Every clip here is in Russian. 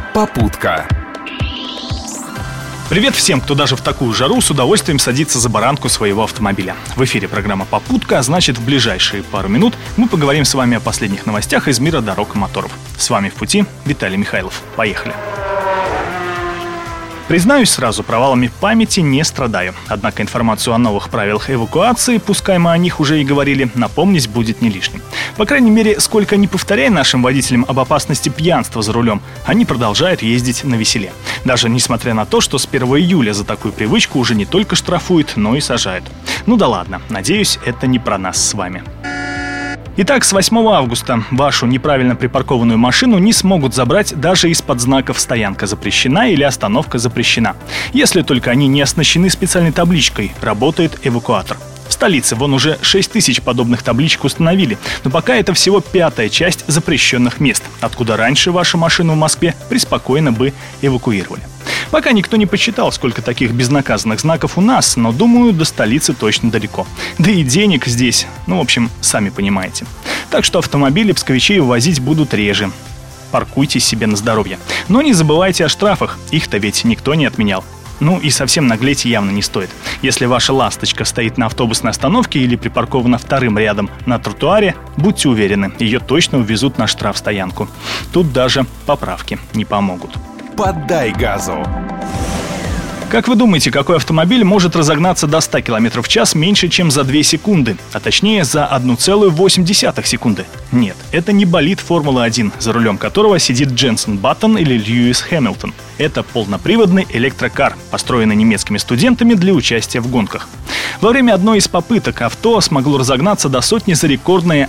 Попутка. Привет всем, кто даже в такую жару с удовольствием садится за баранку своего автомобиля. В эфире программа «Попутка», а значит, в ближайшие пару минут мы поговорим с вами о последних новостях из мира дорог и моторов. С вами в пути Виталий Михайлов. Поехали! Признаюсь сразу, провалами памяти не страдаю. Однако информацию о новых правилах эвакуации, пускай мы о них уже и говорили, напомнить будет не лишним. По крайней мере, сколько ни повторяя нашим водителям об опасности пьянства за рулем, они продолжают ездить навеселе. Даже несмотря на то, что с 1 июля за такую привычку уже не только штрафуют, но и сажают. Ну да ладно, надеюсь, это не про нас с вами. Итак, с 8 августа вашу неправильно припаркованную машину не смогут забрать даже из-под знаков «Стоянка запрещена» или «Остановка запрещена», если только они не оснащены специальной табличкой «Работает эвакуатор». В столице вон уже 6 тысяч подобных табличек установили, но пока это всего 5-я часть запрещенных мест, откуда раньше вашу машину в Москве преспокойно бы эвакуировали. Пока никто не посчитал, сколько таких безнаказанных знаков у нас, но, думаю, до столицы точно далеко. Да и денег здесь, в общем, сами понимаете. Так что автомобили псковичей вывозить будут реже. Паркуйтесь себе на здоровье. Но не забывайте о штрафах, их-то ведь никто не отменял. Ну и совсем наглеть явно не стоит. Если ваша «Ласточка» стоит на автобусной остановке или припаркована вторым рядом на тротуаре, будьте уверены, ее точно увезут на штрафстоянку. Тут даже поправки не помогут. Поддай газу. Как вы думаете, какой автомобиль может разогнаться до 100 км в час меньше, чем за 2 секунды? А точнее, за 1,8 секунды? Нет, это не болид Формулы-1, за рулем которого сидит Дженсен Баттон или Льюис Хэмилтон. Это полноприводный электрокар, построенный немецкими студентами для участия в гонках. Во время одной из попыток авто смогло разогнаться до сотни за рекордные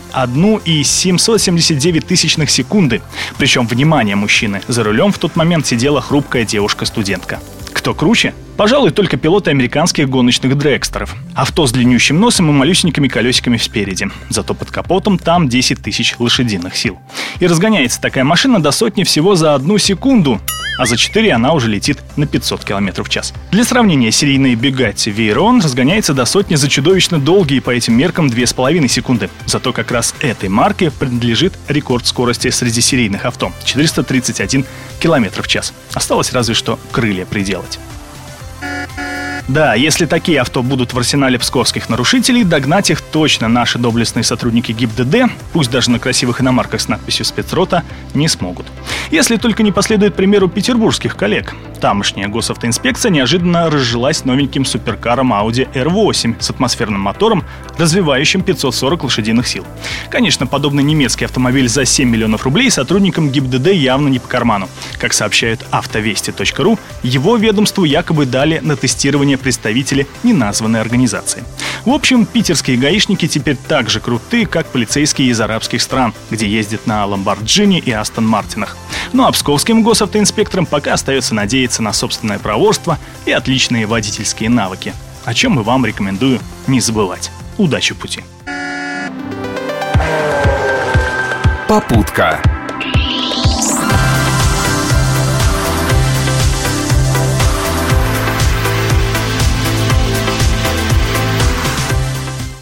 1,779 секунды. Причем, внимание, мужчины, за рулем в тот момент сидела хрупкая девушка-студентка. Кто круче? Пожалуй, только пилоты американских гоночных дрэгстеров. Авто с длиннющим носом и малюсенькими колесиками спереди. Зато под капотом там 10 тысяч лошадиных сил. И разгоняется такая машина до сотни всего за 1 секунду. А за 4 она уже летит на 500 км в час. Для сравнения, серийный Bugatti Veyron разгоняется до сотни за чудовищно долгие по этим меркам 2,5 секунды. Зато как раз этой марке принадлежит рекорд скорости среди серийных авто – 431 км в час. Осталось разве что крылья приделать. Да, если такие авто будут в арсенале псковских нарушителей, догнать их точно наши доблестные сотрудники ГИБДД, пусть даже на красивых иномарках с надписью «Спецрота», не смогут. Если только не последует примеру петербургских коллег. Тамошняя госавтоинспекция неожиданно разжилась новеньким суперкаром Audi R8 с атмосферным мотором, развивающим 540 лошадиных сил. Конечно, подобный немецкий автомобиль за 7 миллионов рублей сотрудникам ГИБДД явно не по карману. Как сообщают автовести.ру, его ведомству якобы дали на тестирование представители неназванной организации. В общем, питерские гаишники теперь так же круты, как полицейские из арабских стран, где ездят на Lamborghini и Астон Мартинах. Ну а псковским госавтоинспекторам пока остается надеяться на собственное проворство и отличные водительские навыки, о чем и вам рекомендую не забывать. Удачи в пути! Попутка.